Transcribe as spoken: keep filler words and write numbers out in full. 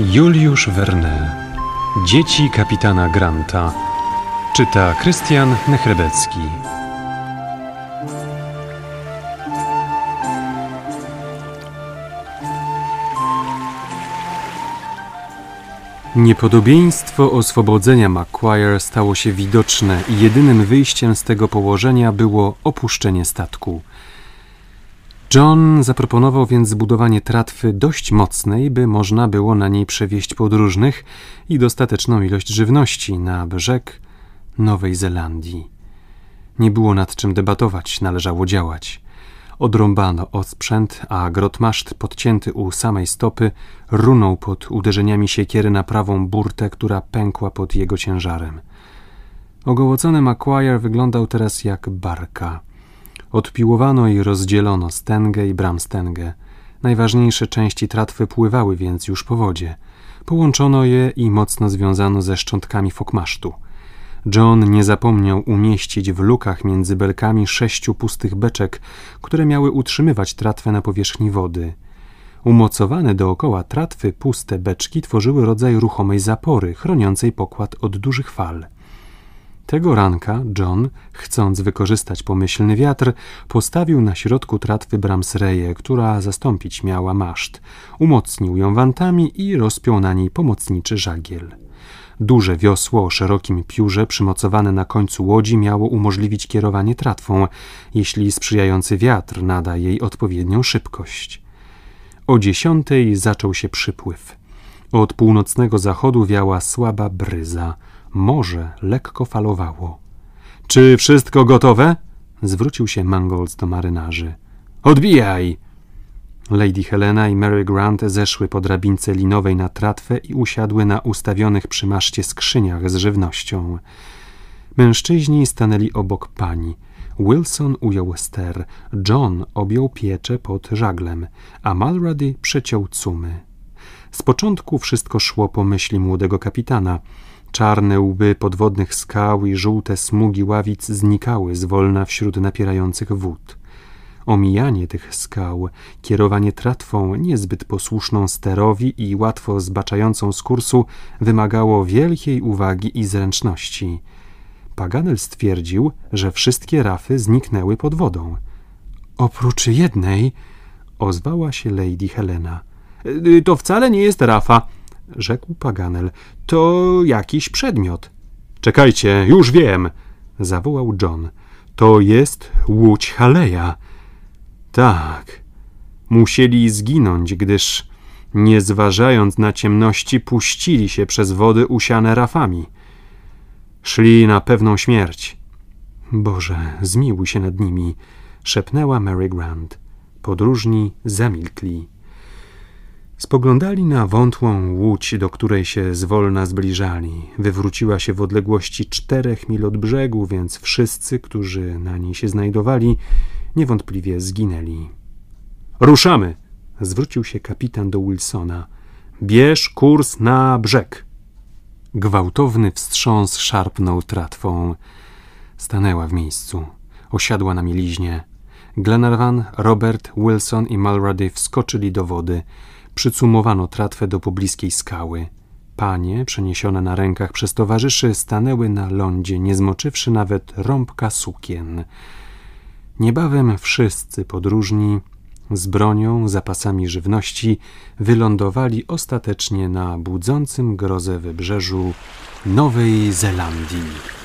Juliusz Verne. Dzieci kapitana Granta. Czyta Krystian Nechrebecki. Niepodobieństwo oswobodzenia Macquarie stało się widoczne i jedynym wyjściem z tego położenia było opuszczenie statku. John zaproponował więc zbudowanie tratwy dość mocnej, by można było na niej przewieźć podróżnych i dostateczną ilość żywności na brzeg Nowej Zelandii. Nie było nad czym debatować, należało działać. Odrąbano osprzęt, a grotmaszt podcięty u samej stopy runął pod uderzeniami siekiery na prawą burtę, która pękła pod jego ciężarem. Ogołocony Macquarie wyglądał teraz jak barka. Odpiłowano i rozdzielono stęgę i bramstęgę. Najważniejsze części tratwy pływały więc już po wodzie. Połączono je i mocno związano ze szczątkami fokmasztu. John nie zapomniał umieścić w lukach między belkami sześciu pustych beczek, które miały utrzymywać tratwę na powierzchni wody. Umocowane dookoła tratwy puste beczki tworzyły rodzaj ruchomej zapory, chroniącej pokład od dużych fal. Tego ranka John, chcąc wykorzystać pomyślny wiatr, postawił na środku tratwy bramsreję, która zastąpić miała maszt. Umocnił ją wantami i rozpiął na niej pomocniczy żagiel. Duże wiosło o szerokim piórze przymocowane na końcu łodzi miało umożliwić kierowanie tratwą, jeśli sprzyjający wiatr nada jej odpowiednią szybkość. O dziesiątej zaczął się przypływ. Od północnego zachodu wiała słaba bryza. Morze lekko falowało. — Czy wszystko gotowe? — zwrócił się Mangles do marynarzy. — Odbijaj! Lady Helena i Mary Grant zeszły po drabince linowej na tratwę i usiadły na ustawionych przy maszcie skrzyniach z żywnością. Mężczyźni stanęli obok pani. Wilson ujął ster, John objął pieczę pod żaglem, a Mulrady przeciął cumy. Z początku wszystko szło po myśli młodego kapitana. Czarne łby podwodnych skał i żółte smugi ławic znikały zwolna wśród napierających wód. Omijanie tych skał, kierowanie tratwą niezbyt posłuszną sterowi i łatwo zbaczającą z kursu wymagało wielkiej uwagi i zręczności. Paganel stwierdził, że wszystkie rafy zniknęły pod wodą. — Oprócz jednej — ozwała się Lady Helena. — To wcale nie jest rafa — rzekł Paganel. — To jakiś przedmiot. — Czekajcie, już wiem — zawołał John. — To jest łódź Haleja. Tak, musieli zginąć, gdyż, nie zważając na ciemności, puścili się przez wody usiane rafami. Szli na pewną śmierć. Boże, zmiłuj się nad nimi — szepnęła Mary Grant. Podróżni zamilkli. Spoglądali na wątłą łódź, do której się zwolna zbliżali. Wywróciła się w odległości czterech mil od brzegu, więc wszyscy, którzy na niej się znajdowali, niewątpliwie zginęli. — Ruszamy! — zwrócił się kapitan do Wilsona. — Bierz kurs na brzeg! Gwałtowny wstrząs szarpnął tratwą. Stanęła w miejscu. Osiadła na mieliźnie. Glenarvan, Robert, Wilson i Mulrady wskoczyli do wody. Przycumowano tratwę do pobliskiej skały. Panie, przeniesione na rękach przez towarzyszy, stanęły na lądzie, nie zmoczywszy nawet rąbka sukien. Niebawem wszyscy podróżni z bronią, zapasami żywności wylądowali ostatecznie na budzącym grozę wybrzeżu Nowej Zelandii.